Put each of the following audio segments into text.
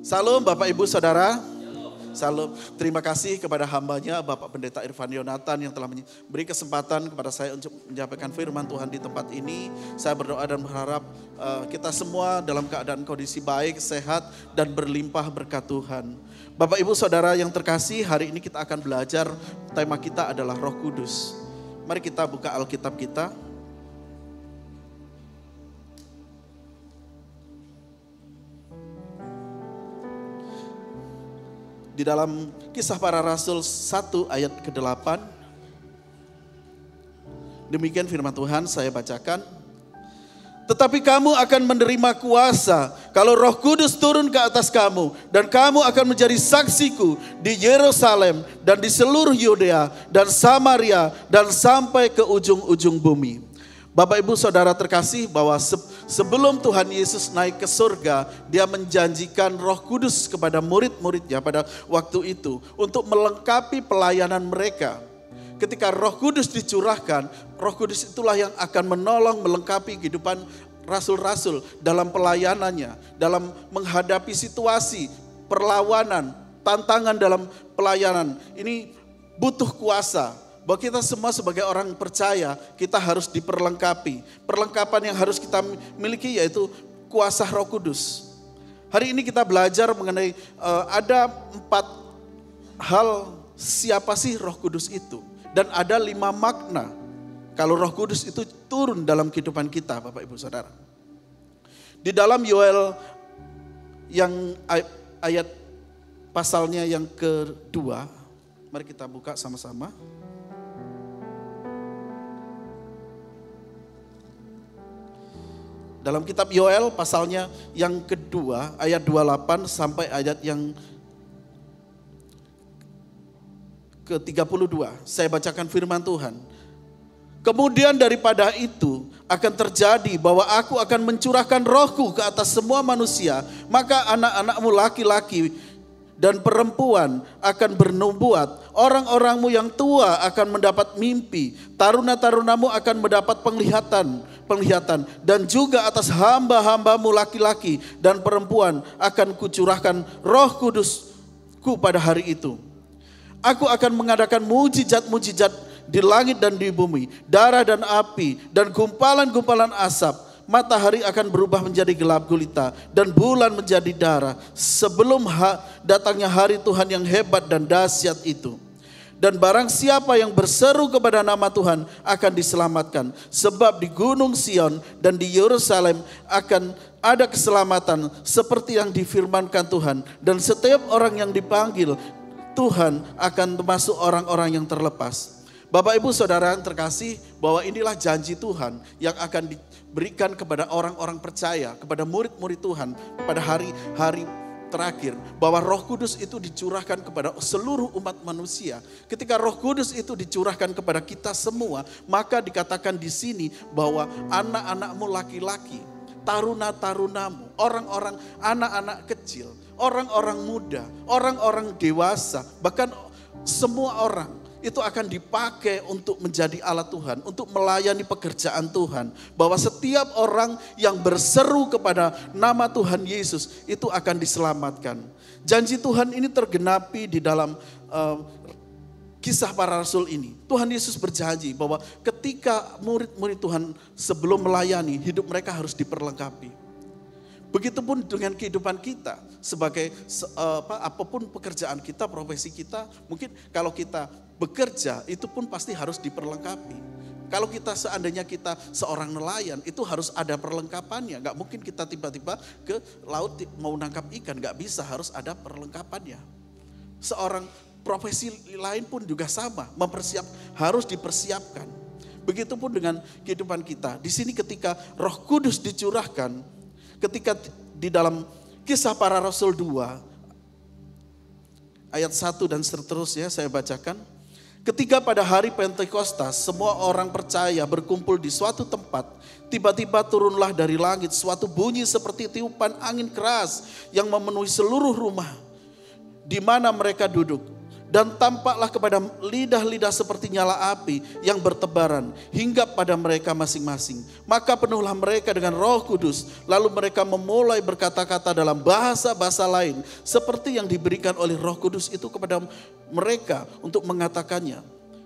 Salam Bapak Ibu Saudara. Salam. Terima kasih kepada hambanya Bapak Pendeta Irfan Yonatan yang telah memberi kesempatan kepada saya untuk menyampaikan firman Tuhan di tempat ini. Saya berdoa dan berharap kita semua dalam keadaan kondisi baik, sehat dan berlimpah berkat Tuhan. Bapak Ibu Saudara yang terkasih, hari ini kita akan belajar, tema kita adalah Roh Kudus. Mari kita buka Alkitab kita. Di dalam Kisah Para Rasul 1 ayat ke-8. Demikian firman Tuhan, saya bacakan. Tetapi kamu akan menerima kuasa kalau Roh Kudus turun ke atas kamu. Dan kamu akan menjadi saksiku di Yerusalem dan di seluruh Yudea dan Samaria dan sampai ke ujung-ujung bumi. Bapak Ibu Saudara terkasih, bahwa sebelum Tuhan Yesus naik ke surga, Dia menjanjikan Roh Kudus kepada murid-muridnya pada waktu itu untuk melengkapi pelayanan mereka. Ketika Roh Kudus dicurahkan, Roh Kudus itulah yang akan menolong melengkapi kehidupan rasul-rasul dalam pelayanannya, dalam menghadapi situasi, perlawanan, tantangan dalam pelayanan. Ini butuh kuasa. Bahwa kita semua sebagai orang percaya, kita harus diperlengkapi. Perlengkapan yang harus kita miliki yaitu kuasa Roh Kudus. Hari ini kita belajar mengenai ada 4 hal siapa sih Roh Kudus itu. Dan ada 5 makna kalau Roh Kudus itu turun dalam kehidupan kita, Bapak Ibu Saudara. Di dalam Yoel yang ayat pasalnya yang kedua, mari kita buka sama-sama. Dalam kitab Yoel pasalnya yang kedua ayat 28 sampai ayat yang ke-32. Saya bacakan firman Tuhan. Kemudian daripada itu akan terjadi bahwa aku akan mencurahkan rohku ke atas semua manusia. Maka anak-anakmu laki-laki dan perempuan akan bernubuat. Orang-orangmu yang tua akan mendapat mimpi. Taruna-tarunamu akan mendapat penglihatan. Dan juga atas hamba-hambamu laki-laki dan perempuan akan kucurahkan Roh Kudusku pada hari itu. Aku akan mengadakan mujizat-mujizat di langit dan di bumi, darah dan api dan gumpalan-gumpalan asap. Matahari akan berubah menjadi gelap gulita dan bulan menjadi darah sebelum datangnya hari Tuhan yang hebat dan dahsyat itu. Dan barang siapa yang berseru kepada nama Tuhan akan diselamatkan. Sebab di Gunung Sion dan di Yerusalem akan ada keselamatan seperti yang difirmankan Tuhan. Dan setiap orang yang dipanggil Tuhan akan termasuk orang-orang yang terlepas. Bapak Ibu Saudara yang terkasih, bahwa inilah janji Tuhan yang akan diberikan kepada orang-orang percaya, kepada murid-murid Tuhan pada hari-hari terakhir, bahwa Roh Kudus itu dicurahkan kepada seluruh umat manusia. Ketika Roh Kudus itu dicurahkan kepada kita semua, maka dikatakan di sini bahwa anak-anakmu laki-laki, taruna-tarunamu, orang-orang anak-anak kecil, orang-orang muda, orang-orang dewasa, bahkan semua orang itu akan dipakai untuk menjadi alat Tuhan, untuk melayani pekerjaan Tuhan. Bahwa setiap orang yang berseru kepada nama Tuhan Yesus itu akan diselamatkan. Janji Tuhan ini tergenapi di dalam Kisah Para Rasul ini. Tuhan Yesus berjanji bahwa ketika murid-murid Tuhan sebelum melayani, hidup mereka harus diperlengkapi. Begitupun dengan kehidupan kita sebagai apapun pekerjaan kita, profesi kita, mungkin kalau kita bekerja itu pun pasti harus diperlengkapi. Kalau kita seandainya kita seorang nelayan itu harus ada perlengkapannya. Gak mungkin kita tiba-tiba ke laut mau nangkap ikan, gak bisa, harus ada perlengkapannya. Seorang profesi lain pun juga sama, harus dipersiapkan. Begitupun dengan kehidupan kita. Di sini ketika Roh Kudus dicurahkan, ketika di dalam Kisah Para Rasul 2 ayat 1 dan seterusnya saya bacakan. Ketika pada hari Pentekostas semua orang percaya berkumpul di suatu tempat, tiba-tiba turunlah dari langit suatu bunyi seperti tiupan angin keras yang memenuhi seluruh rumah di mana mereka duduk. Dan tampaklah kepada lidah-lidah seperti nyala api yang bertebaran hingga pada mereka masing-masing. Maka penuhlah mereka dengan Roh Kudus, lalu mereka memulai berkata-kata dalam bahasa-bahasa lain seperti yang diberikan oleh Roh Kudus itu kepada mereka untuk mengatakannya.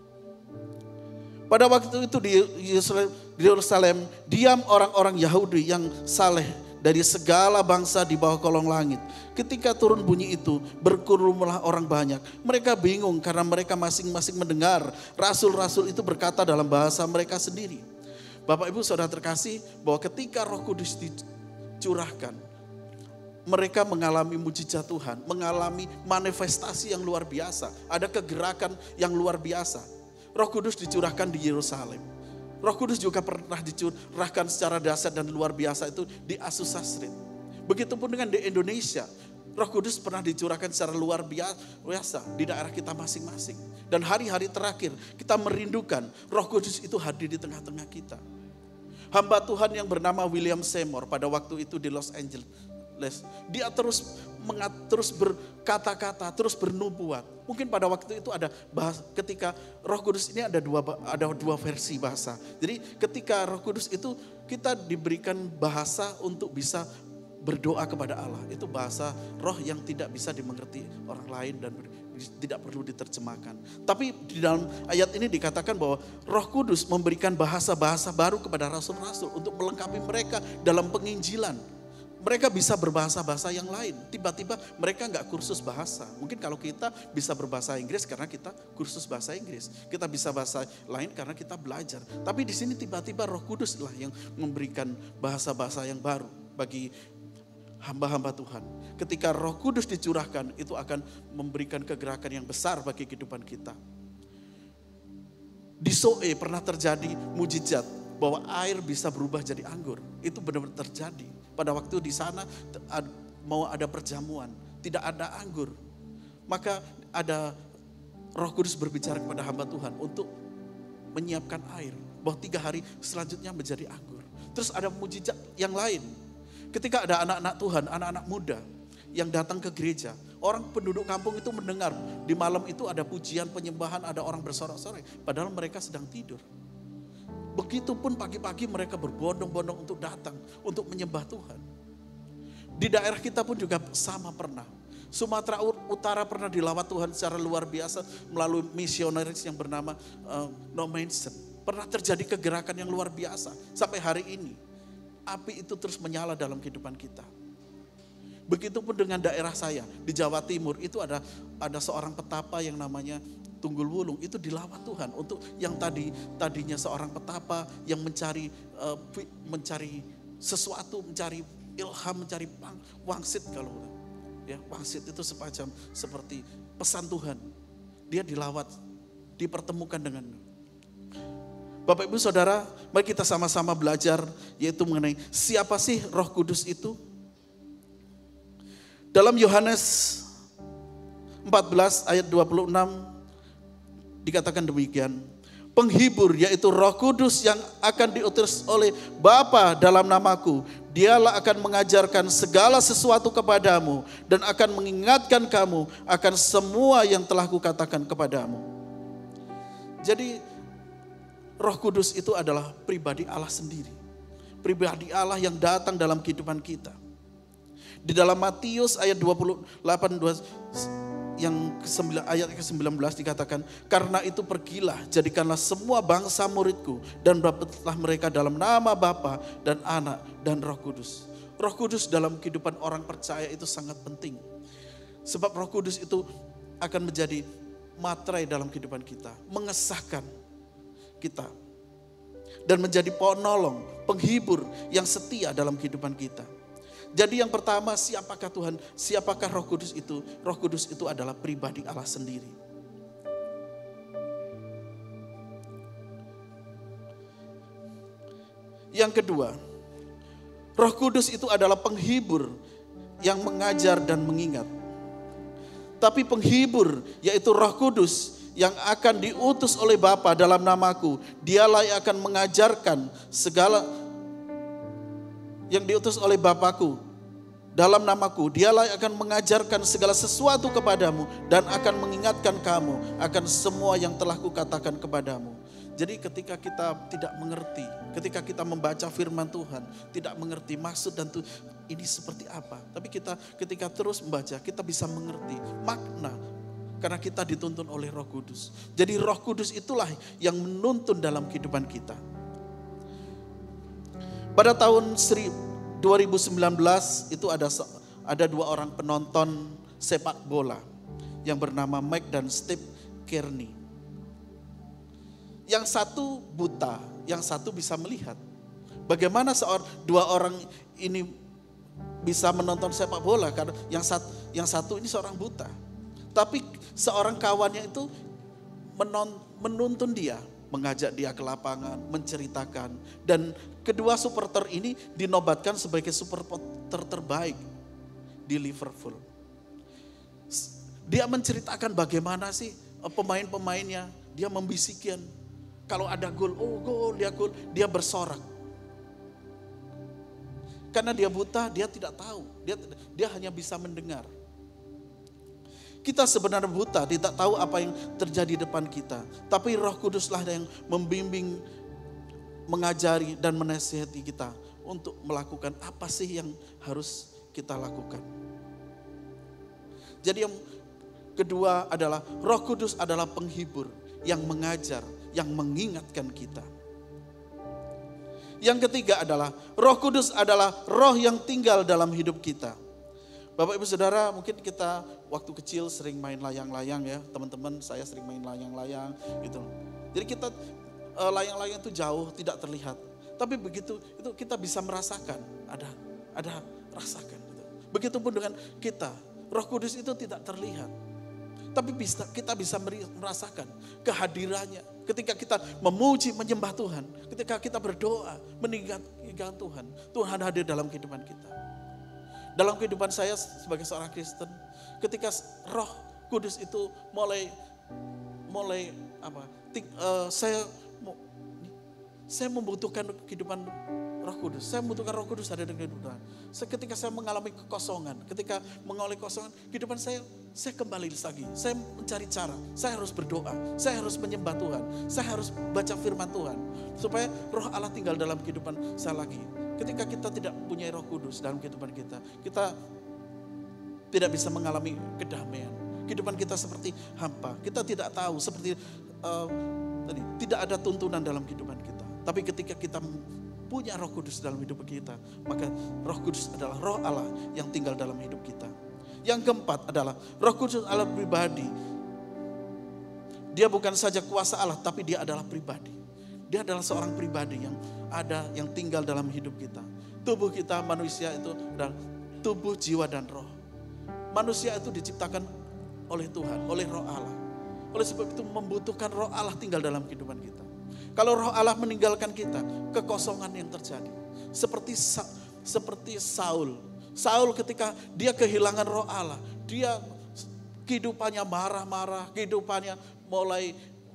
Pada waktu itu di Yerusalem diam orang-orang Yahudi yang saleh dari segala bangsa di bawah kolong langit. Ketika turun bunyi itu, berkerumulah orang banyak. Mereka bingung karena mereka masing-masing mendengar rasul-rasul itu berkata dalam bahasa mereka sendiri. Bapak Ibu Saudara terkasih, bahwa ketika Roh Kudus dicurahkan, mereka mengalami mujizat Tuhan, mengalami manifestasi yang luar biasa. Ada kegerakan yang luar biasa. Roh Kudus dicurahkan di Yerusalem. Roh Kudus juga pernah dicurahkan secara dahsyat dan luar biasa itu di Azusa Street. Begitupun dengan di Indonesia. Roh Kudus pernah dicurahkan secara luar biasa di daerah kita masing-masing. Dan hari-hari terakhir kita merindukan Roh Kudus itu hadir di tengah-tengah kita. Hamba Tuhan yang bernama William Seymour pada waktu itu di Los Angeles. Dia terus berkata-kata, terus bernubuat. Mungkin pada waktu itu ada ketika Roh Kudus ini ada dua versi bahasa. Jadi ketika Roh Kudus itu kita diberikan bahasa untuk bisa berdoa kepada Allah. Itu bahasa roh yang tidak bisa dimengerti orang lain dan tidak perlu diterjemahkan. Tapi di dalam ayat ini dikatakan bahwa Roh Kudus memberikan bahasa-bahasa baru kepada rasul-rasul untuk melengkapi mereka dalam penginjilan. Mereka bisa berbahasa-bahasa yang lain. Tiba-tiba mereka nggak kursus bahasa. Mungkin kalau kita bisa berbahasa Inggris karena kita kursus bahasa Inggris. Kita bisa bahasa lain karena kita belajar. Tapi di sini tiba-tiba Roh Kudus lah yang memberikan bahasa-bahasa yang baru bagi hamba-hamba Tuhan. Ketika Roh Kudus dicurahkan, itu akan memberikan kegerakan yang besar bagi kehidupan kita. Di Soe pernah terjadi mujizat bahwa air bisa berubah jadi anggur. Itu benar-benar terjadi. Pada waktu di sana mau ada perjamuan, tidak ada anggur. Maka ada Roh Kudus berbicara kepada hamba Tuhan untuk menyiapkan air. Bahwa 3 hari selanjutnya menjadi anggur. Terus ada mujizat yang lain. Ketika ada anak-anak Tuhan, anak-anak muda yang datang ke gereja. Orang penduduk kampung itu mendengar di malam itu ada pujian penyembahan, ada orang bersorak-sorai. Padahal mereka sedang tidur. Begitupun pagi-pagi mereka berbondong-bondong untuk datang, untuk menyembah Tuhan. Di daerah kita pun juga sama pernah. Sumatera Utara pernah dilawat Tuhan secara luar biasa melalui misionaris yang bernama No Manson. Pernah terjadi kegerakan yang luar biasa. Sampai hari ini, api itu terus menyala dalam kehidupan kita. Begitupun dengan daerah saya, di Jawa Timur itu ada seorang petapa yang namanya Tunggul Wulung, itu dilawat Tuhan untuk yang tadinya seorang petapa yang mencari sesuatu, mencari ilham, mencari wangsit kalau ya, wangsit itu semacam seperti pesan Tuhan. Dia dilawat, dipertemukan dengan Bapak Ibu Saudara, mari kita sama-sama belajar yaitu mengenai siapa sih Roh Kudus itu. Dalam Yohanes 14 ayat 26 dikatakan demikian. Penghibur yaitu Roh Kudus yang akan diutus oleh Bapa dalam namaku. Dialah akan mengajarkan segala sesuatu kepadamu dan akan mengingatkan kamu akan semua yang telah kukatakan kepadamu. Jadi Roh Kudus itu adalah pribadi Allah sendiri. Pribadi Allah yang datang dalam kehidupan kita. Di dalam Matius ayat 28 ayat ke-19 dikatakan, karena itu pergilah, jadikanlah semua bangsa muridku dan baptislah mereka dalam nama Bapa dan Anak dan Roh Kudus. Roh Kudus dalam kehidupan orang percaya itu sangat penting. Sebab Roh Kudus itu akan menjadi materai dalam kehidupan kita, mengesahkan kita dan menjadi penolong, penghibur yang setia dalam kehidupan kita. Jadi yang pertama, siapakah Tuhan? Siapakah Roh Kudus itu? Roh Kudus itu adalah pribadi Allah sendiri. Yang kedua, Roh Kudus itu adalah penghibur yang mengajar dan mengingat. Tapi penghibur yaitu Roh Kudus yang akan diutus oleh Bapa dalam namaku. Dialah yang akan mengajarkan segala yang diutus oleh Bapakku dalam namaku, dialah akan mengajarkan segala sesuatu kepadamu dan akan mengingatkan kamu akan semua yang telah kukatakan kepadamu. Jadi ketika kita tidak mengerti, ketika kita membaca firman Tuhan, tidak mengerti maksud dan ini seperti apa. Tapi kita ketika terus membaca, kita bisa mengerti makna. Karena kita dituntun oleh Roh Kudus. Jadi Roh Kudus itulah yang menuntun dalam kehidupan kita. Pada tahun 2019 itu ada dua orang penonton sepak bola yang bernama Mike dan Steve Kearney. Yang satu buta, yang satu bisa melihat. Bagaimana dua orang ini bisa menonton sepak bola? Karena yang satu ini seorang buta. Tapi seorang kawannya itu menuntun dia, mengajak dia ke lapangan, menceritakan. Dan kedua supporter ini dinobatkan sebagai supporter terbaik di Liverpool. Dia menceritakan bagaimana sih pemain-pemainnya, dia membisikkan. Kalau ada gol, oh gol, dia bersorak. Karena dia buta, dia tidak tahu, dia hanya bisa mendengar. Kita sebenarnya buta, tidak tahu apa yang terjadi di depan kita. Tapi Roh Kuduslah yang membimbing, mengajari dan menasihati kita untuk melakukan apa sih yang harus kita lakukan. Jadi yang kedua adalah Roh Kudus adalah penghibur yang mengajar, yang mengingatkan kita. Yang ketiga adalah Roh Kudus adalah roh yang tinggal dalam hidup kita. Bapak Ibu Saudara, mungkin kita waktu kecil sering main layang-layang ya, teman-teman saya sering main layang-layang gitu. Jadi kita layang-layang itu jauh tidak terlihat, tapi begitu itu kita bisa merasakan, ada rasakan. Gitu. Begitupun dengan kita, Roh Kudus itu tidak terlihat, tapi kita bisa merasakan kehadirannya. Ketika kita memuji, menyembah Tuhan, ketika kita berdoa, meninggikan Tuhan, Tuhan hadir dalam kehidupan kita. Dalam kehidupan saya sebagai seorang Kristen, ketika Roh Kudus itu mulai saya membutuhkan kehidupan Roh Kudus. Saya membutuhkan Roh Kudus ada dalam kehidupan. Ketika saya mengalami kekosongan, ketika mengalami kekosongan, kehidupan saya kembali lagi. Saya mencari cara, saya harus berdoa, saya harus menyembah Tuhan, saya harus baca firman Tuhan. Supaya Roh Allah tinggal dalam kehidupan saya lagi. Ketika kita tidak punya Roh Kudus dalam kehidupan kita tidak bisa mengalami kedamaian. Kehidupan kita seperti hampa. Kita tidak tahu seperti tidak ada tuntunan dalam kehidupan kita. Tapi ketika kita punya Roh Kudus dalam hidup kita, maka Roh Kudus adalah Roh Allah yang tinggal dalam hidup kita. Yang keempat adalah Roh Kudus adalah pribadi. Dia bukan saja kuasa Allah, tapi dia adalah pribadi. Dia adalah seorang pribadi yang tinggal dalam hidup kita. Tubuh kita manusia itu adalah tubuh, jiwa dan roh. Manusia itu diciptakan oleh Tuhan, oleh Roh Allah. Oleh sebab itu membutuhkan Roh Allah tinggal dalam kehidupan kita. Kalau Roh Allah meninggalkan kita, kekosongan yang terjadi. Seperti Saul. Saul ketika dia kehilangan Roh Allah, dia kehidupannya marah-marah, kehidupannya mulai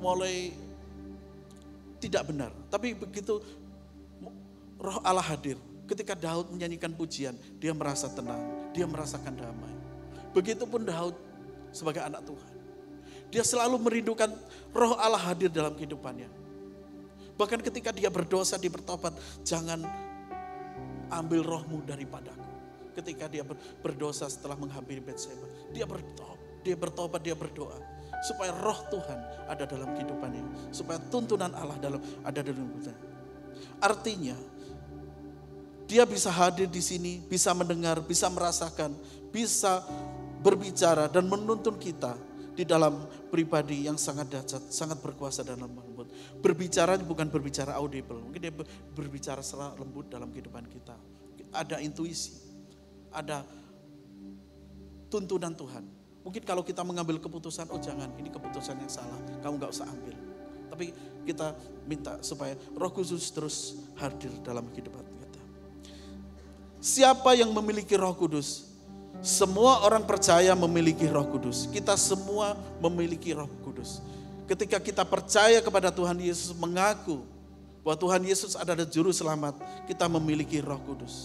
tidak benar. Tapi begitu Roh Allah hadir, ketika Daud menyanyikan pujian, dia merasa tenang, dia merasakan damai. Begitupun Daud sebagai anak Tuhan. Dia selalu merindukan Roh Allah hadir dalam kehidupannya. Bahkan ketika dia berdosa, dia bertobat, jangan ambil rohmu daripadaku. Ketika dia berdosa setelah menghampiri Betseba, dia bertobat, dia berdoa. Supaya roh Tuhan ada dalam kehidupannya. Supaya tuntunan Allah ada dalam hidupnya. Artinya, dia bisa hadir di sini, bisa mendengar, bisa merasakan, bisa berbicara dan menuntun kita di dalam pribadi yang sangat dahsyat, sangat berkuasa dan lembut. Berbicara bukan berbicara audible, mungkin dia berbicara secara lembut dalam kehidupan kita. Ada intuisi, ada tuntunan Tuhan. Mungkin kalau kita mengambil keputusan, oh jangan, ini keputusan yang salah, kamu gak usah ambil. Tapi kita minta supaya Roh Kudus terus hadir dalam kehidupan kita. Siapa yang memiliki Roh Kudus? Semua orang percaya memiliki Roh Kudus. Kita semua memiliki Roh Kudus. Ketika kita percaya kepada Tuhan Yesus, mengaku bahwa Tuhan Yesus adalah juru selamat, kita memiliki Roh Kudus.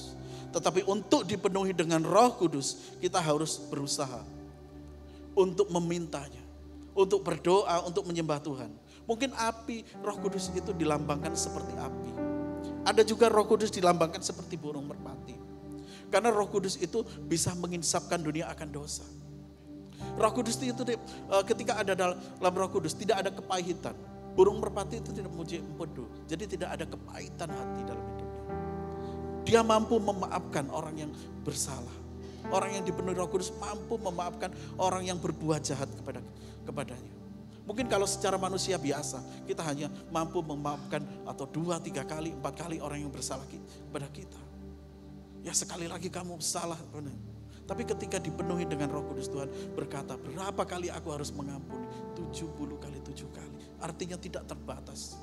Tetapi untuk dipenuhi dengan Roh Kudus, kita harus berusaha untuk memintanya, untuk berdoa, untuk menyembah Tuhan. Mungkin api Roh Kudus itu dilambangkan seperti api. Ada juga Roh Kudus dilambangkan seperti burung merpati. Karena Roh Kudus itu bisa menginsapkan dunia akan dosa. Roh Kudus itu ketika ada dalam Roh Kudus tidak ada kepahitan. Burung merpati itu tidak memuji empedu. Jadi tidak ada kepahitan hati dalam hidupnya. Dia mampu memaafkan orang yang bersalah. Orang yang dipenuhi Roh Kudus mampu memaafkan orang yang berbuat jahat kepadanya. Mungkin kalau secara manusia biasa, kita hanya mampu memaafkan atau 2, 3 kali, 4 kali orang yang bersalah kepada kita. Ya sekali lagi kamu salah. Tapi ketika dipenuhi dengan Roh Kudus, Tuhan berkata, berapa kali aku harus mengampuni? 70 kali 7 kali. Artinya tidak terbatas.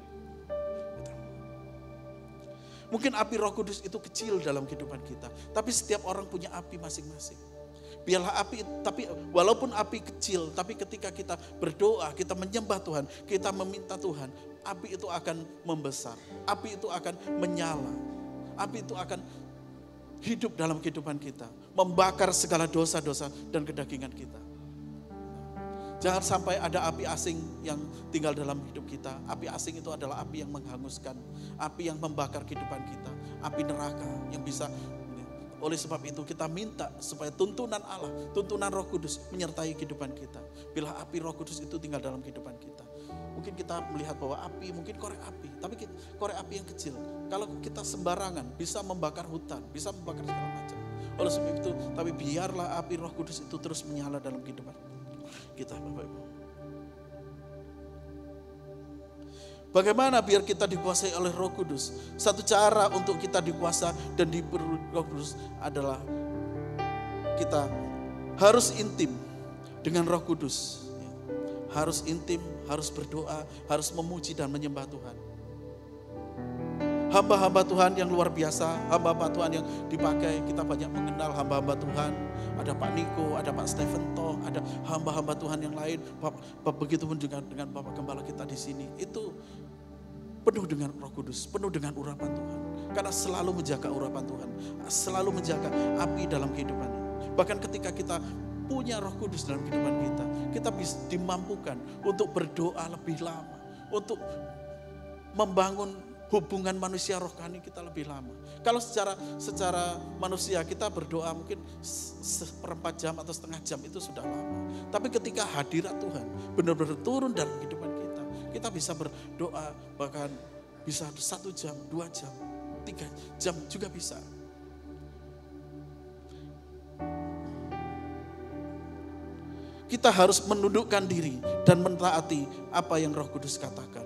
Mungkin api Roh Kudus itu kecil dalam kehidupan kita. Tapi setiap orang punya api masing-masing. Biarlah api, tapi walaupun api kecil, tapi ketika kita berdoa, kita menyembah Tuhan, kita meminta Tuhan, api itu akan membesar. Api itu akan menyala. Api itu akan hidup dalam kehidupan kita. Membakar segala dosa-dosa dan kedagingan kita. Jangan sampai ada api asing yang tinggal dalam hidup kita. Api asing itu adalah api yang menghanguskan. Api yang membakar kehidupan kita. Api neraka yang bisa. Oleh sebab itu kita minta supaya tuntunan Allah, tuntunan Roh Kudus menyertai kehidupan kita. Bila api Roh Kudus itu tinggal dalam kehidupan kita. Mungkin kita melihat bahwa api, mungkin korek api. Tapi korek api yang kecil. Kalau kita sembarangan bisa membakar hutan, bisa membakar segala macam. Oleh sebab itu, tapi biarlah api Roh Kudus itu terus menyala dalam kehidupan kita, Bapak Ibu. Bagaimana biar kita dikuasai oleh Roh Kudus? Satu cara untuk kita dikuasa dan diberi Roh Kudus adalah kita harus intim dengan Roh Kudus. Harus intim, harus berdoa, harus memuji dan menyembah Tuhan. Hamba-hamba Tuhan yang luar biasa, hamba-hamba Tuhan yang dipakai, kita banyak mengenal hamba-hamba Tuhan. Ada Pak Niko, ada Pak Stephen Toh, ada hamba-hamba Tuhan yang lain. Begitupun juga dengan Bapak Gembala kita di sini. Itu penuh dengan Roh Kudus, penuh dengan urapan Tuhan. Karena selalu menjaga urapan Tuhan, selalu menjaga api dalam kehidupannya. Bahkan ketika kita punya Roh Kudus dalam kehidupan kita bisa dimampukan untuk berdoa lebih lama, untuk membangun hubungan manusia rohani kita lebih lama. Kalau secara manusia kita berdoa mungkin 1/4 jam atau setengah jam itu sudah lama. Tapi ketika hadirat Tuhan benar-benar turun dalam kehidupan kita bisa berdoa bahkan bisa 1 jam, 2 jam, 3 jam juga bisa. Kita harus menundukkan diri dan mentaati apa yang Roh Kudus katakan.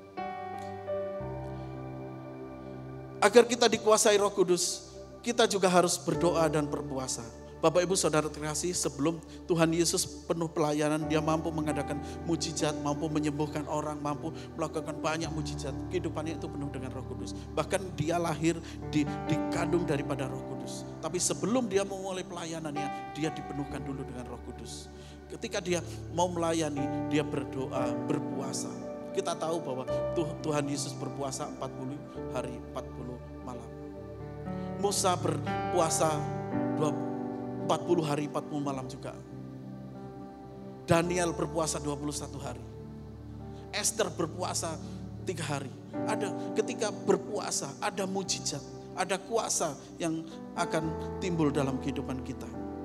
Agar kita dikuasai Roh Kudus, kita juga harus berdoa dan berpuasa. Bapak Ibu Saudara terkasih, sebelum Tuhan Yesus penuh pelayanan, dia mampu mengadakan mujizat, mampu menyembuhkan orang, mampu melakukan banyak mujizat. Kehidupannya itu penuh dengan Roh Kudus. Bahkan dia lahir dikandung daripada Roh Kudus. Tapi sebelum dia memulai pelayanannya, dia dipenuhkan dulu dengan Roh Kudus. Ketika dia mau melayani, dia berdoa, berpuasa. Kita tahu bahwa Tuhan Yesus berpuasa 40 hari, 40 malam. Musa berpuasa 40 hari, 40 malam juga. Daniel berpuasa 21 hari. Esther berpuasa 3 hari. Ketika berpuasa, ada mujizat, ada kuasa yang akan timbul dalam kehidupan kita.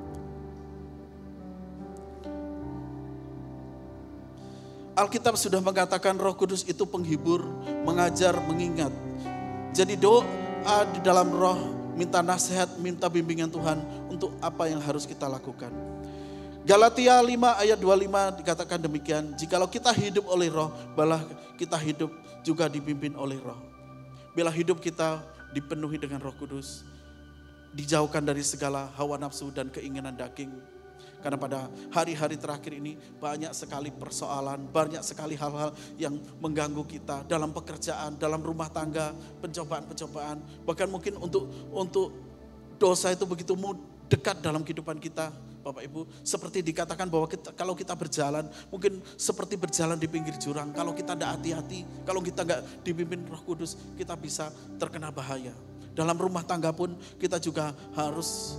Alkitab sudah mengatakan Roh Kudus itu penghibur, mengajar, mengingat. Jadi doa di dalam roh, minta nasihat, minta bimbingan Tuhan untuk apa yang harus kita lakukan. Galatia 5 ayat 25 dikatakan demikian, jikalau kita hidup oleh roh, balah kita hidup juga dipimpin oleh roh. Bila hidup kita dipenuhi dengan Roh Kudus, dijauhkan dari segala hawa nafsu dan keinginan daging. Karena pada hari-hari terakhir ini banyak sekali persoalan, banyak sekali hal-hal yang mengganggu kita dalam pekerjaan, dalam rumah tangga, pencobaan-pencobaan. Bahkan mungkin untuk dosa itu begitu dekat dalam kehidupan kita, Bapak Ibu. Seperti dikatakan bahwa kalau kita berjalan, mungkin seperti berjalan di pinggir jurang. Kalau kita tidak hati-hati, kalau kita nggak dipimpin Roh Kudus, kita bisa terkena bahaya. Dalam rumah tangga pun kita juga harus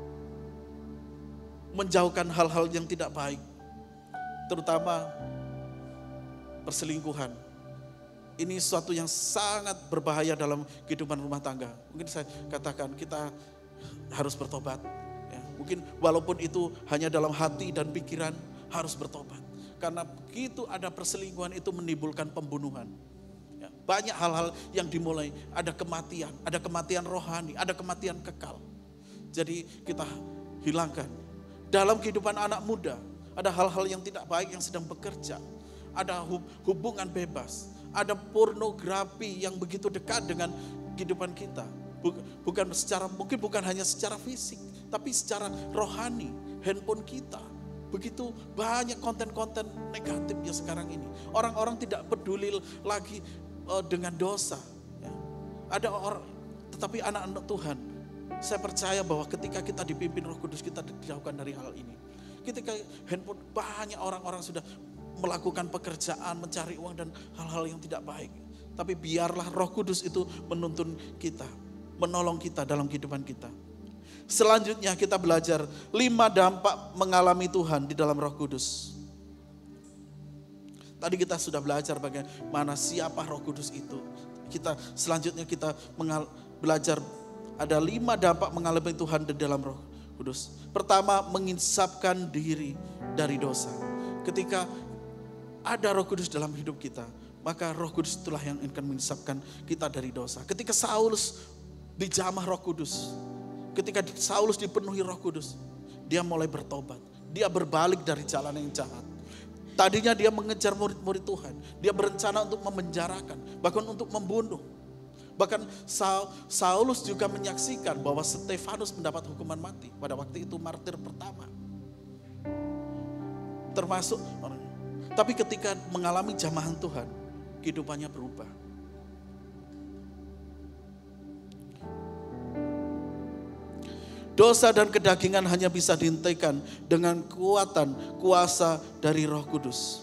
menjauhkan hal-hal yang tidak baik. Terutama perselingkuhan. Ini sesuatu yang sangat berbahaya dalam kehidupan rumah tangga. Mungkin saya katakan kita harus bertobat. Ya, mungkin walaupun itu hanya dalam hati dan pikiran, harus bertobat. Karena begitu ada perselingkuhan itu menimbulkan pembunuhan. Ya, banyak hal-hal yang dimulai, ada kematian rohani, ada kematian kekal. Jadi kita hilangkan. Dalam kehidupan anak muda, ada hal-hal yang tidak baik yang sedang bekerja. Ada hubungan bebas, ada pornografi yang begitu dekat dengan kehidupan kita. Mungkin bukan hanya secara fisik, tapi secara rohani, handphone kita. Begitu banyak konten-konten negatif ya sekarang ini. Orang-orang tidak peduli lagi dengan dosa. Ya. Ada orang, tetapi anak-anak Tuhan, saya percaya bahwa ketika kita dipimpin Roh Kudus, kita dijauhkan dari hal ini. Ketika handphone, banyak orang-orang sudah melakukan pekerjaan, mencari uang dan hal-hal yang tidak baik. Tapi biarlah Roh Kudus itu menuntun kita, menolong kita dalam kehidupan kita. Selanjutnya kita belajar 5 dampak mengalami Tuhan di dalam Roh Kudus. Tadi kita sudah belajar bagaimana siapa Roh Kudus itu. Selanjutnya kita belajar ada 5 dampak mengalami Tuhan di dalam Roh Kudus. Pertama, menginsafkan diri dari dosa. Ketika ada Roh Kudus dalam hidup kita, maka Roh Kudus itulah yang akan menginsafkan kita dari dosa. Ketika Saulus dijamah Roh Kudus, ketika Saulus dipenuhi Roh Kudus, dia mulai bertobat. Dia berbalik dari jalan yang jahat. Tadinya dia mengejar murid-murid Tuhan. Dia berencana untuk memenjarakan, bahkan untuk membunuh. Bahkan Saulus juga menyaksikan bahwa Stefanus mendapat hukuman mati. Pada waktu itu martir pertama. Termasuk orang. Tapi ketika mengalami jamahan Tuhan, kehidupannya berubah. Dosa dan kedagingan hanya bisa dihentikan dengan kekuatan, kuasa dari Roh Kudus.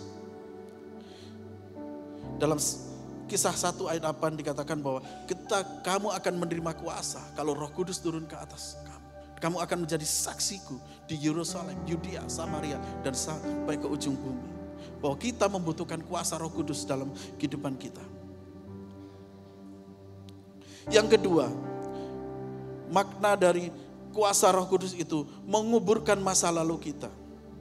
Dalam Kisah 1 ayat 8 dikatakan bahwa kamu akan menerima kuasa kalau Roh Kudus turun ke atas kamu. Kamu akan menjadi saksiku di Yerusalem, Yudea, Samaria, dan sampai ke ujung bumi. Bahwa kita membutuhkan kuasa Roh Kudus dalam kehidupan kita. Yang kedua, makna dari kuasa Roh Kudus itu menguburkan masa lalu kita.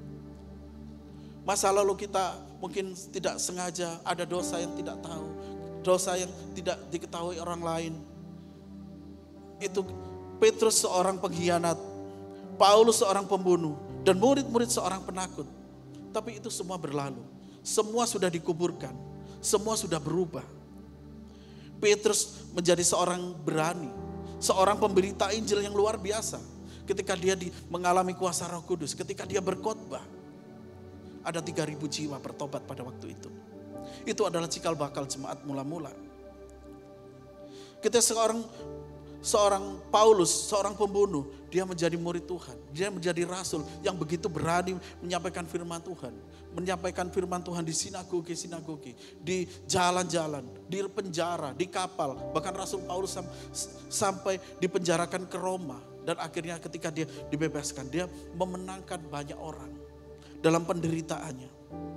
Masa lalu kita mungkin tidak sengaja ada dosa yang tidak tahu, dosa yang tidak diketahui orang lain. Itu Petrus seorang pengkhianat, Paulus seorang pembunuh, dan murid-murid seorang penakut. Tapi itu semua berlalu. Semua sudah dikuburkan. Semua sudah berubah. Petrus menjadi seorang berani. Seorang pemberita Injil yang luar biasa. Ketika dia mengalami kuasa Roh Kudus. Ketika dia berkhotbah. Ada 3.000 jiwa bertobat pada waktu itu. Itu adalah cikal bakal jemaat mula-mula. Ketika seorang Paulus, seorang pembunuh, dia menjadi murid Tuhan. Dia menjadi rasul yang begitu berani menyampaikan firman Tuhan. Menyampaikan firman Tuhan di sinagoge, di jalan-jalan, di penjara, di kapal. Bahkan Rasul Paulus sampai dipenjarakan ke Roma. Dan akhirnya ketika dia dibebaskan, dia memenangkan banyak orang dalam penderitaannya.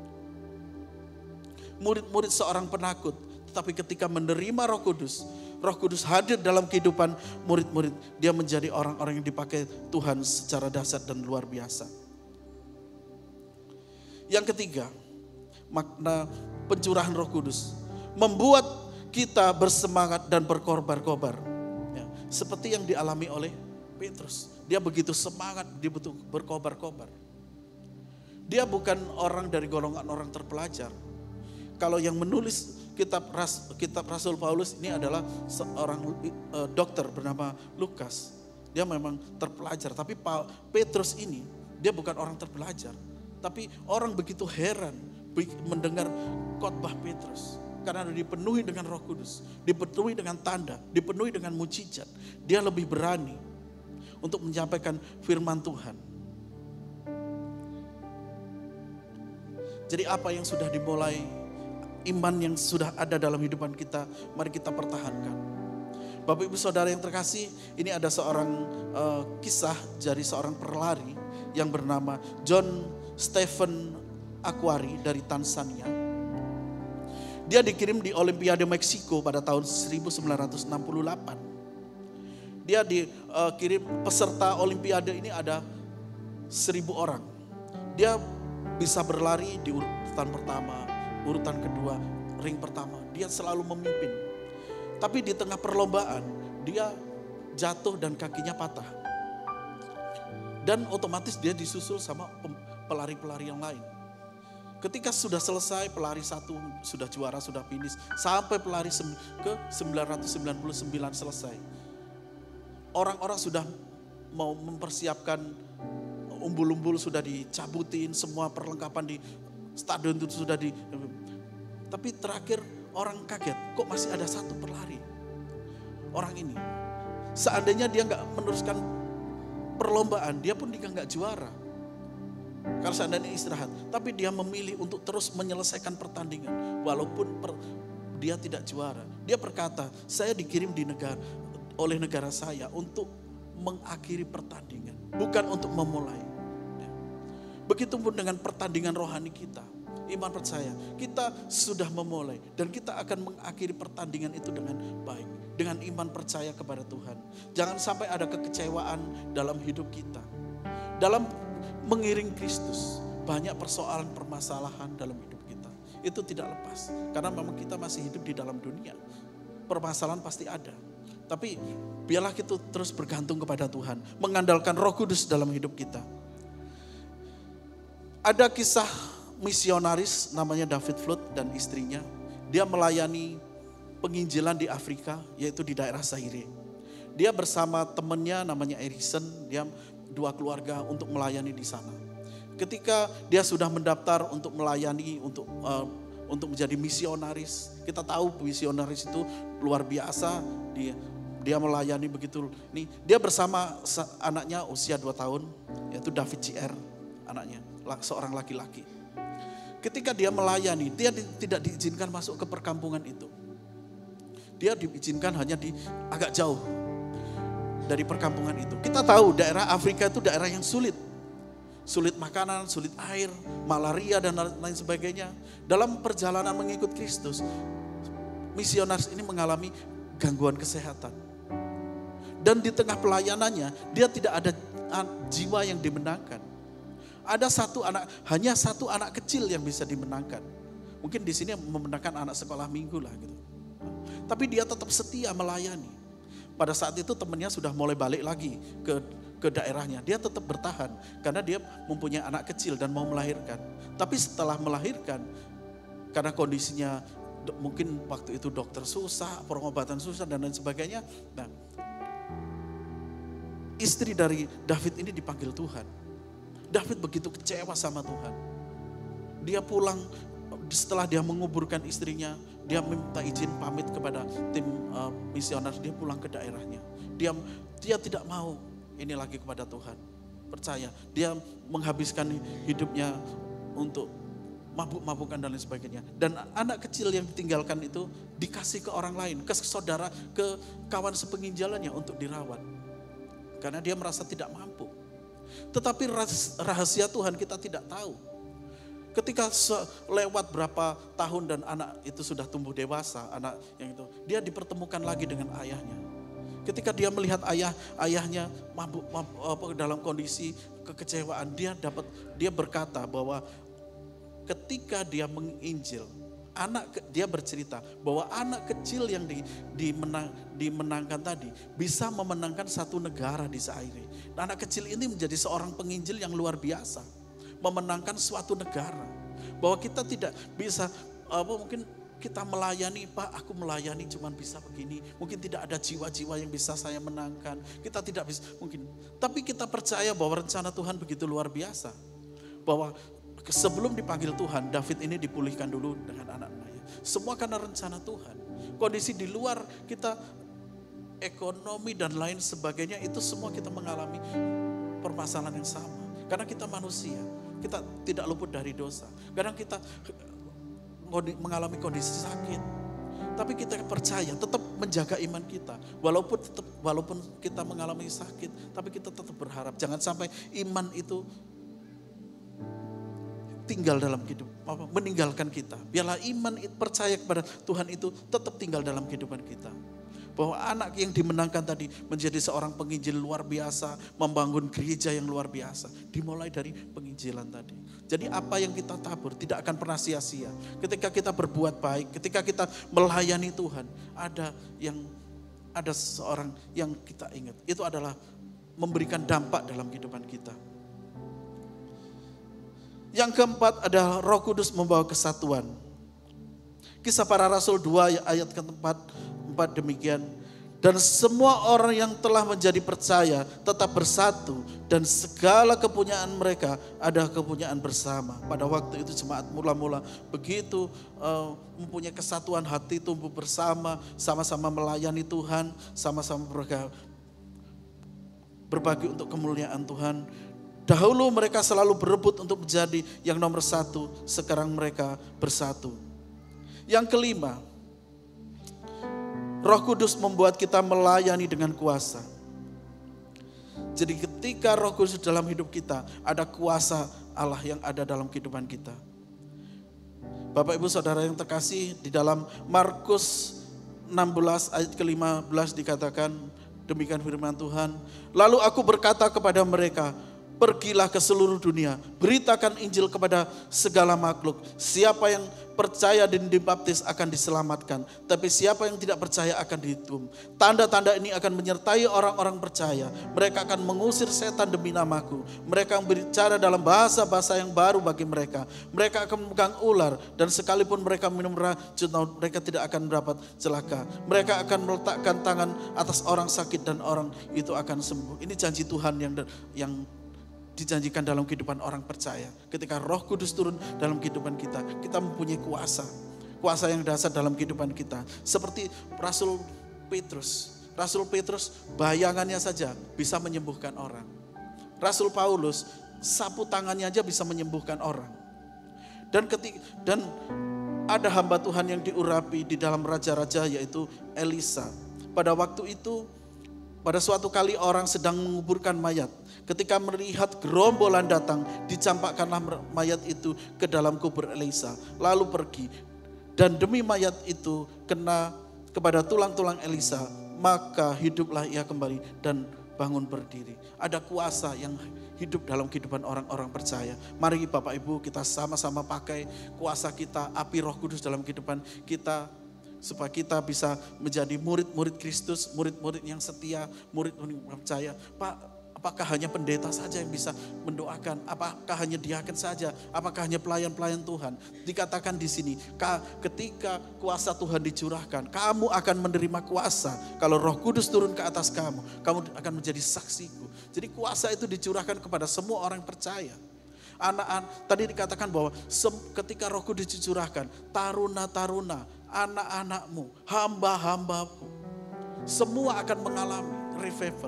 Murid-murid seorang penakut, tetapi ketika menerima Roh Kudus hadir dalam kehidupan murid-murid. Dia menjadi orang-orang yang dipakai Tuhan secara dahsyat dan luar biasa. Yang ketiga, makna pencurahan Roh Kudus. Membuat kita bersemangat dan berkobar-kobar. Ya, seperti yang dialami oleh Petrus. Dia begitu semangat, dia betul berkobar-kobar. Dia bukan orang dari golongan orang terpelajar. Kalau yang menulis kitab Rasul Paulus ini adalah seorang dokter bernama Lukas. Dia memang terpelajar, tapi Petrus ini dia bukan orang terpelajar. Tapi orang begitu heran mendengar khotbah Petrus. Karena dipenuhi dengan Roh Kudus, dipenuhi dengan tanda, dipenuhi dengan mujizat. Dia lebih berani untuk menyampaikan firman Tuhan. Jadi apa yang sudah dimulai, iman yang sudah ada dalam hidupan kita, mari kita pertahankan. Bapak Ibu Saudara yang terkasih, ini ada seorang kisah dari seorang pelari yang bernama John Stephen Akhwari dari Tanzania. Dia dikirim di Olimpiade Meksiko pada tahun 1968. Dia dikirim peserta Olimpiade ini ada 1.000 orang. Dia bisa berlari di urutan pertama, urutan kedua, ring pertama. Dia selalu memimpin. Tapi di tengah perlombaan dia jatuh dan kakinya patah. Dan otomatis dia disusul sama pelari-pelari yang lain. Ketika sudah selesai, pelari satu sudah juara, sudah finish. Sampai pelari ke 999 selesai. Orang-orang sudah mau mempersiapkan, umbul-umbul sudah dicabutin, semua perlengkapan di stadion itu sudah di... Tapi terakhir orang kaget, kok masih ada satu pelari. Orang ini, seandainya dia nggak meneruskan perlombaan, dia pun nggak juara. Karena seandainya istirahat, tapi dia memilih untuk terus menyelesaikan pertandingan. Walaupun dia tidak juara. Dia berkata, saya dikirim oleh negara saya untuk mengakhiri pertandingan. Bukan untuk memulai. Begitupun dengan pertandingan rohani kita. Iman percaya, kita sudah memulai. Dan kita akan mengakhiri pertandingan itu dengan baik. Dengan iman percaya kepada Tuhan. Jangan sampai ada kekecewaan dalam hidup kita. Dalam mengiring Kristus, banyak persoalan permasalahan dalam hidup kita. Itu tidak lepas. Karena memang kita masih hidup di dalam dunia. Permasalahan pasti ada. Tapi biarlah kita terus bergantung kepada Tuhan. Mengandalkan Roh Kudus dalam hidup kita. Ada kisah misionaris namanya David Flood dan istrinya. Dia melayani penginjilan di Afrika, yaitu di daerah Zaire. Dia bersama temannya namanya Erikson, dia 2 keluarga untuk melayani di sana. Ketika dia sudah mendaftar untuk melayani, untuk menjadi misionaris. Kita tahu misionaris itu luar biasa. Dia melayani begitu. Nih, dia bersama anaknya usia 2 tahun, yaitu David JR, anaknya, seorang laki-laki. Ketika dia melayani, dia tidak diizinkan masuk ke perkampungan itu. Dia diizinkan hanya di agak jauh dari perkampungan itu. Kita tahu daerah Afrika itu daerah yang sulit. Sulit makanan, sulit air, malaria dan lain sebagainya. Dalam perjalanan mengikut Kristus, misionaris ini mengalami gangguan kesehatan. Dan di tengah pelayanannya, dia tidak ada jiwa yang dimenangkan. Ada hanya satu anak kecil yang bisa dimenangkan. Mungkin di sini memenangkan anak sekolah minggu lah gitu. Tapi dia tetap setia melayani. Pada saat itu temannya sudah mulai balik lagi ke daerahnya. Dia tetap bertahan karena dia mempunyai anak kecil dan mau melahirkan. Tapi setelah melahirkan, karena kondisinya mungkin waktu itu dokter susah, pengobatan susah dan lain sebagainya. Nah, istri dari David ini dipanggil Tuhan. David begitu kecewa sama Tuhan. Dia pulang setelah dia menguburkan istrinya, dia minta izin pamit kepada tim misionaris, dia pulang ke daerahnya. Dia tidak mau ini lagi kepada Tuhan. Percaya, dia menghabiskan hidupnya untuk mabuk-mabukan dan lain sebagainya. Dan anak kecil yang ditinggalkan itu dikasih ke orang lain, ke saudara, ke kawan sepenginjalannya untuk dirawat. Karena dia merasa tidak mampu. Tetapi rahasia Tuhan kita tidak tahu. Ketika lewat berapa tahun dan anak itu sudah tumbuh dewasa, anak yang itu, dia dipertemukan lagi dengan ayahnya. Ketika dia melihat ayahnya mabuk dalam kondisi kekecewaan, dia berkata bahwa ketika dia menginjil, dia bercerita bahwa anak kecil yang dimenangkan tadi bisa memenangkan satu negara di Zaire. Anak kecil ini menjadi seorang penginjil yang luar biasa, memenangkan suatu negara. Bahwa kita tidak bisa, mungkin kita melayani, Pak aku melayani cuman bisa begini. Mungkin tidak ada jiwa-jiwa yang bisa saya menangkan. Kita tidak bisa, mungkin. Tapi kita percaya bahwa rencana Tuhan begitu luar biasa. Bahwa sebelum dipanggil Tuhan, David ini dipulihkan dulu dengan anak-anaknya. Semua karena rencana Tuhan. Kondisi di luar kita, ekonomi dan lain sebagainya, itu semua kita mengalami permasalahan yang sama. Karena kita manusia, kita tidak luput dari dosa. Kadang kita mengalami kondisi sakit. Tapi kita percaya, tetap menjaga iman kita. Walaupun kita mengalami sakit, tapi kita tetap berharap. Jangan sampai iman itu tinggal dalam hidup, meninggalkan kita. Biarlah iman percaya kepada Tuhan itu tetap tinggal dalam kehidupan kita. Bahwa anak yang dimenangkan tadi menjadi seorang penginjil luar biasa, membangun gereja yang luar biasa. Dimulai dari penginjilan tadi. Jadi apa yang kita tabur tidak akan pernah sia-sia. Ketika kita berbuat baik, ketika kita melayani Tuhan, ada seorang yang kita ingat. Itu adalah memberikan dampak dalam kehidupan kita. Yang keempat adalah Roh Kudus membawa kesatuan. Kisah Para Rasul 2 ayat keempat demikian. Dan semua orang yang telah menjadi percaya tetap bersatu. Dan segala kepunyaan mereka ada kepunyaan bersama. Pada waktu itu jemaat mula-mula begitu mempunyai kesatuan hati, tumbuh bersama, sama-sama melayani Tuhan, sama-sama berbagi untuk kemuliaan Tuhan. Dahulu mereka selalu berebut untuk menjadi yang nomor satu, sekarang mereka bersatu. Yang kelima, Roh Kudus membuat kita melayani dengan kuasa. Jadi ketika Roh Kudus dalam hidup kita, ada kuasa Allah yang ada dalam kehidupan kita. Bapak Ibu Saudara yang terkasih, di dalam Markus 16 ayat ke-15 dikatakan, demikian firman Tuhan. Lalu aku berkata kepada mereka, pergilah ke seluruh dunia, beritakan Injil kepada segala makhluk. Siapa yang percaya dan dibaptis akan diselamatkan, tapi siapa yang tidak percaya akan dihukum. Tanda-tanda ini akan menyertai orang-orang percaya. Mereka akan mengusir setan demi namaku. Mereka berbicara dalam bahasa-bahasa yang baru bagi mereka. Mereka akan memegang ular, dan sekalipun mereka minum racun, mereka tidak akan mendapat celaka. Mereka akan meletakkan tangan atas orang sakit dan orang itu akan sembuh. Ini janji Tuhan yang dijanjikan dalam kehidupan orang percaya. Ketika Roh Kudus turun dalam kehidupan kita, kita mempunyai kuasa yang dasar dalam kehidupan kita. Seperti Rasul Petrus bayangannya saja bisa menyembuhkan orang. Rasul Paulus sapu tangannya aja bisa menyembuhkan orang. Dan ada hamba Tuhan yang diurapi di dalam raja-raja, yaitu Elisa. Pada waktu itu, pada suatu kali orang sedang menguburkan mayat. Ketika melihat gerombolan datang, dicampakkanlah mayat itu ke dalam kubur Elisa. Lalu pergi. Dan demi mayat itu kena kepada tulang-tulang Elisa, maka hiduplah ia kembali dan bangun berdiri. Ada kuasa yang hidup dalam kehidupan orang-orang percaya. Mari Bapak Ibu kita sama-sama pakai kuasa kita, api Roh Kudus dalam kehidupan kita, supaya kita bisa menjadi murid-murid Kristus, murid-murid yang setia, murid-murid yang percaya. Pak, apakah hanya pendeta saja yang bisa mendoakan? Apakah hanya diaken saja? Apakah hanya pelayan-pelayan Tuhan? Dikatakan di sini, ketika kuasa Tuhan dicurahkan, kamu akan menerima kuasa. Kalau Roh Kudus turun ke atas kamu akan menjadi saksiku. Jadi kuasa itu dicurahkan kepada semua orang percaya. Anak-anak, tadi dikatakan bahwa ketika Roh Kudus dicurahkan, taruna-taruna, anak-anakmu, hamba-hambamu, semua akan mengalami revival.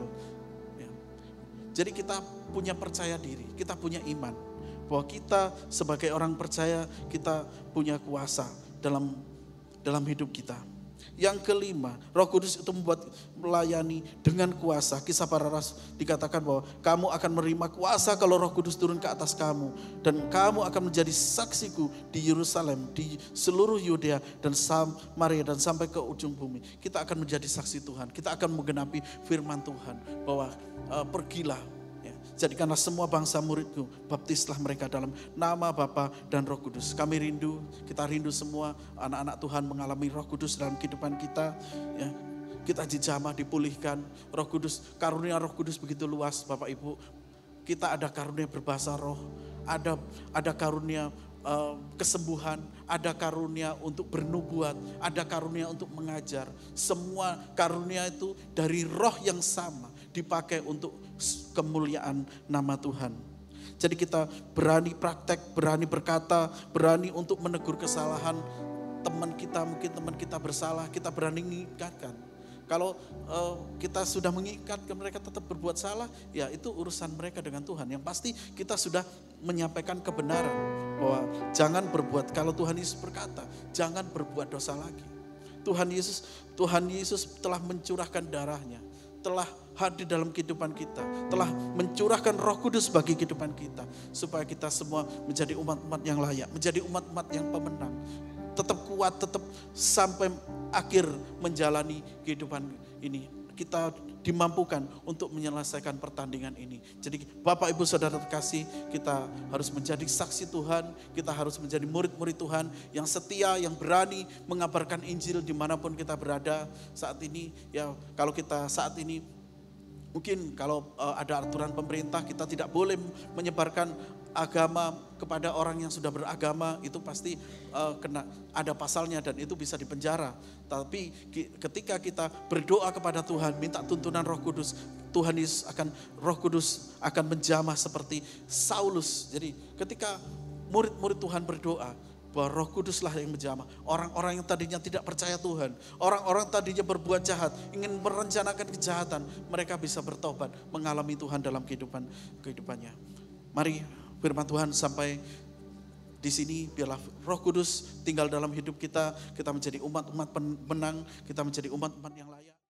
Jadi kita punya percaya diri, kita punya iman. Bahwa kita sebagai orang percaya, kita punya kuasa dalam hidup kita. Yang kelima, Roh Kudus itu membuat melayani dengan kuasa. Kisah Para Rasul dikatakan bahwa kamu akan menerima kuasa kalau Roh Kudus turun ke atas kamu. Dan kamu akan menjadi saksiku di Yerusalem, di seluruh Yudea dan Samaria dan sampai ke ujung bumi. Kita akan menjadi saksi Tuhan. Kita akan menggenapi firman Tuhan bahwa pergilah. Jadikanlah semua bangsa muridku, baptislah mereka dalam nama Bapa dan Roh Kudus. Kami rindu, kita rindu semua anak-anak Tuhan mengalami Roh Kudus dalam kehidupan kita. Ya, kita dijamah, dipulihkan. Roh Kudus, karunia Roh Kudus begitu luas Bapak Ibu. Kita ada karunia berbahasa roh, ada karunia kesembuhan, ada karunia untuk bernubuat, ada karunia untuk mengajar. Semua karunia itu dari roh yang sama dipakai untuk kemuliaan nama Tuhan. Jadi kita berani praktek, berani berkata, berani untuk menegur kesalahan teman kita. Mungkin teman kita bersalah, kita berani mengingatkan. Kalau kita sudah mengingatkan mereka tetap berbuat salah, ya itu urusan mereka dengan Tuhan. Yang pasti kita sudah menyampaikan kebenaran bahwa jangan berbuat, kalau Tuhan Yesus berkata, jangan berbuat dosa lagi. Tuhan Yesus telah mencurahkan darahnya, telah hadir dalam kehidupan kita, telah mencurahkan Roh Kudus bagi kehidupan kita, supaya kita semua menjadi umat-umat yang layak, menjadi umat-umat yang pemenang, tetap kuat, tetap sampai akhir menjalani kehidupan ini. Kita dimampukan untuk menyelesaikan pertandingan ini. Jadi Bapak Ibu Saudara terkasih, kita harus menjadi saksi Tuhan, kita harus menjadi murid-murid Tuhan yang setia, yang berani mengabarkan Injil dimanapun kita berada saat ini. Ya, kalau kita saat ini mungkin kalau ada aturan pemerintah kita tidak boleh menyebarkan agama kepada orang yang sudah beragama, itu pasti kena ada pasalnya dan itu bisa dipenjara. Tapi ketika kita berdoa kepada Tuhan, minta tuntunan Roh Kudus, Roh Kudus akan menjamah seperti Saulus. Jadi ketika murid-murid Tuhan berdoa, bahwa Roh Kuduslah yang menjamah. Orang-orang yang tadinya tidak percaya Tuhan, orang-orang tadinya berbuat jahat, ingin merencanakan kejahatan, mereka bisa bertobat, mengalami Tuhan dalam kehidupannya. Mari firman Tuhan sampai di sini, biarlah Roh Kudus tinggal dalam hidup kita, kita menjadi umat-umat pemenang, kita menjadi umat-umat yang layak.